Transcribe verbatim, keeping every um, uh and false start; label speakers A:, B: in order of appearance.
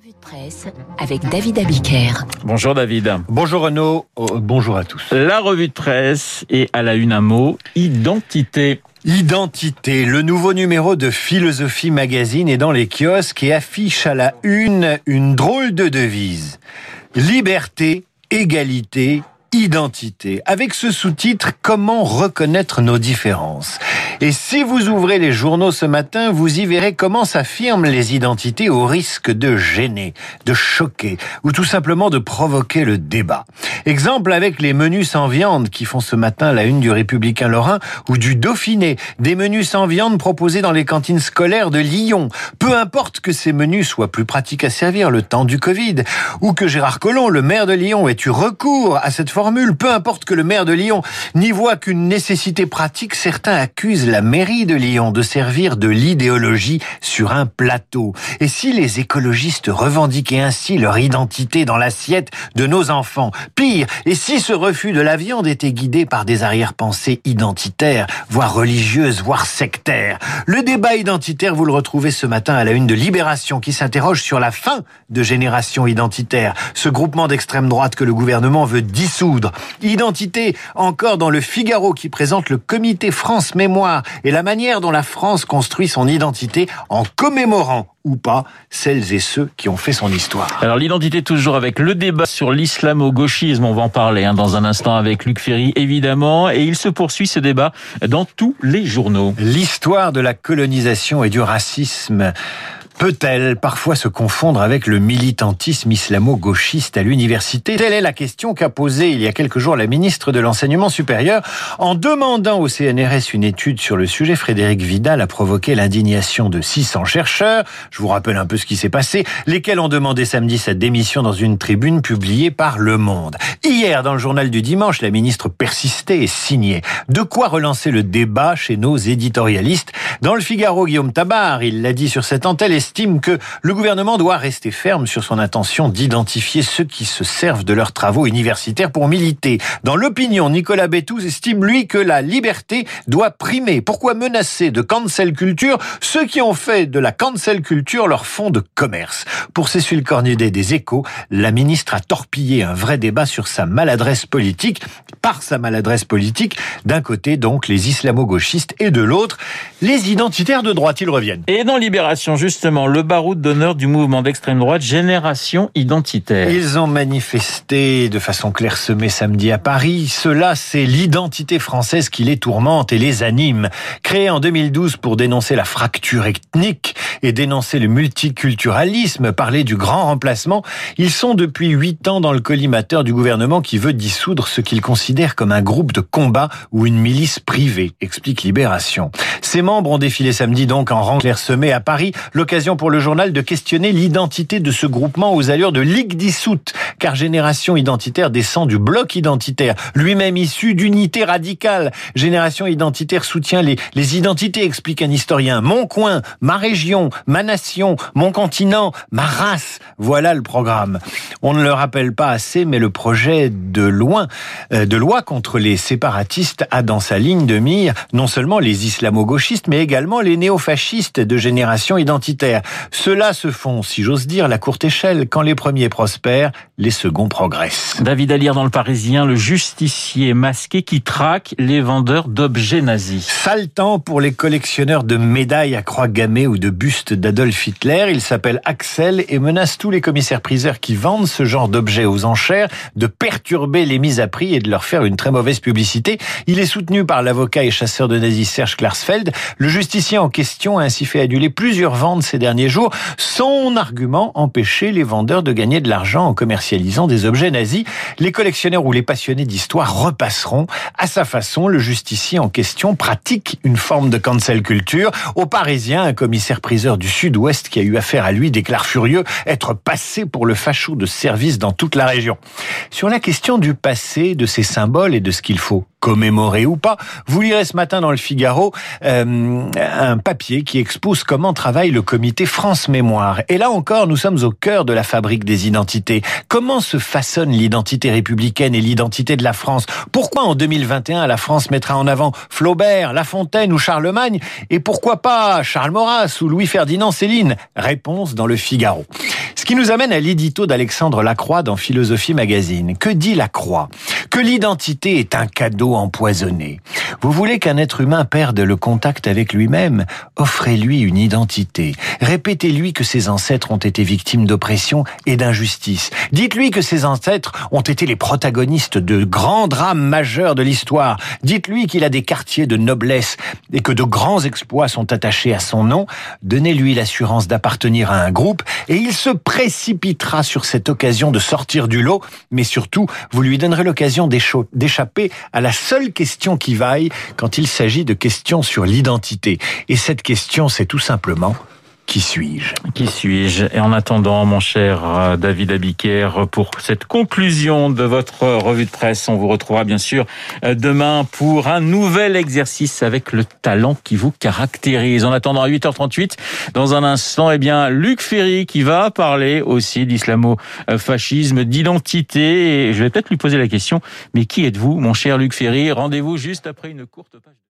A: Revue de presse avec David Abiker.
B: Bonjour David.
C: Bonjour Renaud, oh, bonjour à tous.
B: La revue de presse et à la une un mot, identité.
C: Identité, le nouveau numéro de Philosophie Magazine est dans les kiosques et affiche à la une une drôle de devise. Liberté, égalité, identité. Avec ce sous-titre, comment reconnaître nos différences ? Et si vous ouvrez les journaux ce matin, vous y verrez comment s'affirment les identités au risque de gêner, de choquer ou tout simplement de provoquer le débat. Exemple avec les menus sans viande qui font ce matin la une du Républicain Lorrain ou du Dauphiné. Des menus sans viande proposés dans les cantines scolaires de Lyon. Peu importe que ces menus soient plus pratiques à servir le temps du Covid ou que Gérard Collomb, le maire de Lyon, ait eu recours à cette formule. Peu importe que le maire de Lyon n'y voit qu'une nécessité pratique, certains accusent la mairie de Lyon de servir de l'idéologie sur un plateau. Et si les écologistes revendiquaient ainsi leur identité dans l'assiette de nos enfants, pire, et si ce refus de la viande était guidé par des arrière-pensées identitaires, voire religieuses, voire sectaires. Le débat identitaire, vous le retrouvez ce matin à la une de Libération qui s'interroge sur la fin de Génération Identitaire, ce groupement d'extrême droite que le gouvernement veut dissoudre. Identité encore dans le Figaro qui présente le comité France Mémoire et la manière dont la France construit son identité en commémorant ou pas celles et ceux qui ont fait son histoire.
B: Alors l'identité toujours avec le débat sur l'islamo-gauchisme, on va en parler hein, dans un instant avec Luc Ferry évidemment, et il se poursuit ce débat dans tous les journaux.
C: L'histoire de la colonisation et du racisme peut-elle parfois se confondre avec le militantisme islamo-gauchiste à l'université ? Telle est la question qu'a posée il y a quelques jours la ministre de l'Enseignement supérieur. En demandant au C N R S une étude sur le sujet, Frédérique Vidal a provoqué l'indignation de six cents chercheurs. Je vous rappelle un peu ce qui s'est passé, lesquels ont demandé samedi sa démission dans une tribune publiée par Le Monde. Hier, dans le journal du dimanche, la ministre persistait et signait. De quoi relancer le débat chez nos éditorialistes. Dans le Figaro, Guillaume Tabar, il l'a dit sur cette antenne, estime que le gouvernement doit rester ferme sur son intention d'identifier ceux qui se servent de leurs travaux universitaires pour militer. Dans l'Opinion, Nicolas Bétouz estime, lui, que la liberté doit primer. Pourquoi menacer de cancel culture ceux qui ont fait de la cancel culture leur fonds de commerce ? Pour Cécile Cornudet des Échos, la ministre a torpillé un vrai débat sur sa maladresse politique. Par sa maladresse politique, d'un côté, donc, les islamo-gauchistes et de l'autre, les identitaires de droite. Ils reviennent.
B: Et dans Libération, justement, le baroud d'honneur du mouvement d'extrême droite Génération Identitaire.
C: Ils ont manifesté de façon clairsemée samedi à Paris. Cela, c'est l'identité française qui les tourmente et les anime. Créés en deux mille douze pour dénoncer la fracture ethnique et dénoncer le multiculturalisme, parler du grand remplacement, ils sont depuis huit ans dans le collimateur du gouvernement qui veut dissoudre ce qu'ils considèrent comme un groupe de combat ou une milice privée, explique Libération. Ces membres ont défilé samedi donc en rang clairsemé à Paris, l'occasion pour le journal de questionner l'identité de ce groupement aux allures de ligue dissoute, car Génération Identitaire descend du bloc identitaire, lui-même issu d'unité radicale. Génération Identitaire soutient les, les identités, explique un historien. Mon coin, ma région, ma nation, mon continent, ma race, voilà le programme. On ne le rappelle pas assez, mais le projet de loi, euh, de loi contre les séparatistes a dans sa ligne de mire non seulement les islamo-gauchistes, mais également les néofascistes de Génération Identitaire. Ceux-là se font, si j'ose dire, la courte échelle. Quand les premiers prospèrent, les seconds progressent.
B: David, à lire dans Le Parisien, le justicier masqué qui traque les vendeurs d'objets nazis.
C: Sale temps pour les collectionneurs de médailles à croix gammée ou de bustes d'Adolf Hitler. Il s'appelle Axel et menace tous les commissaires-priseurs qui vendent ce genre d'objets aux enchères de perturber les mises à prix et de leur faire une très mauvaise publicité. Il est soutenu par l'avocat et chasseur de nazis Serge Klarsfeld. Le justicier en question a ainsi fait annuler plusieurs ventes ces derniers jours. Son argument, empêcher les vendeurs de gagner de l'argent en commercialisant des objets nazis. Les collectionneurs ou les passionnés d'histoire repasseront. À sa façon, le justicier en question pratique une forme de cancel culture. Au Parisien, un commissaire-priseur du Sud-Ouest qui a eu affaire à lui déclare furieux être passé pour le facho de service dans toute la région. Sur la question du passé, de ses symboles et de ce qu'il faut commémorer ou pas, vous lirez ce matin dans le Figaro euh, un papier qui expose comment travaille le comité France Mémoire. Et là encore, nous sommes au cœur de la fabrique des identités. Comment se façonne l'identité républicaine et l'identité de la France ? Pourquoi en deux mille vingt et un, la France mettra en avant Flaubert, La Fontaine ou Charlemagne ? Et pourquoi pas Charles Maurras ou Louis-Ferdinand Céline ? Réponse dans le Figaro. Ce qui nous amène à l'édito d'Alexandre Lacroix dans Philosophie Magazine. Que dit Lacroix ? Que l'identité est un cadeau empoisonné. Vous voulez qu'un être humain perde le contact avec lui-même ? Offrez-lui une identité. Répétez-lui que ses ancêtres ont été victimes d'oppression et d'injustice. Dites-lui que ses ancêtres ont été les protagonistes de grands drames majeurs de l'histoire. Dites-lui qu'il a des quartiers de noblesse et que de grands exploits sont attachés à son nom. Donnez-lui l'assurance d'appartenir à un groupe et il se précipitera sur cette occasion de sortir du lot, mais surtout, vous lui donnerez l'occasion d'échapper à la seule question qui vaille quand il s'agit de questions sur l'identité. Et cette question, c'est tout simplement: qui suis-je ?
B: Qui suis-je ? Et en attendant, mon cher David Abiker, pour cette conclusion de votre revue de presse, on vous retrouvera bien sûr demain pour un nouvel exercice avec le talent qui vous caractérise. En attendant, à huit heures trente-huit, dans un instant, eh bien, Luc Ferry qui va parler aussi d'islamo-fascisme, d'identité. Et je vais peut-être lui poser la question, mais qui êtes-vous, mon cher Luc Ferry ? Rendez-vous juste après une courte page.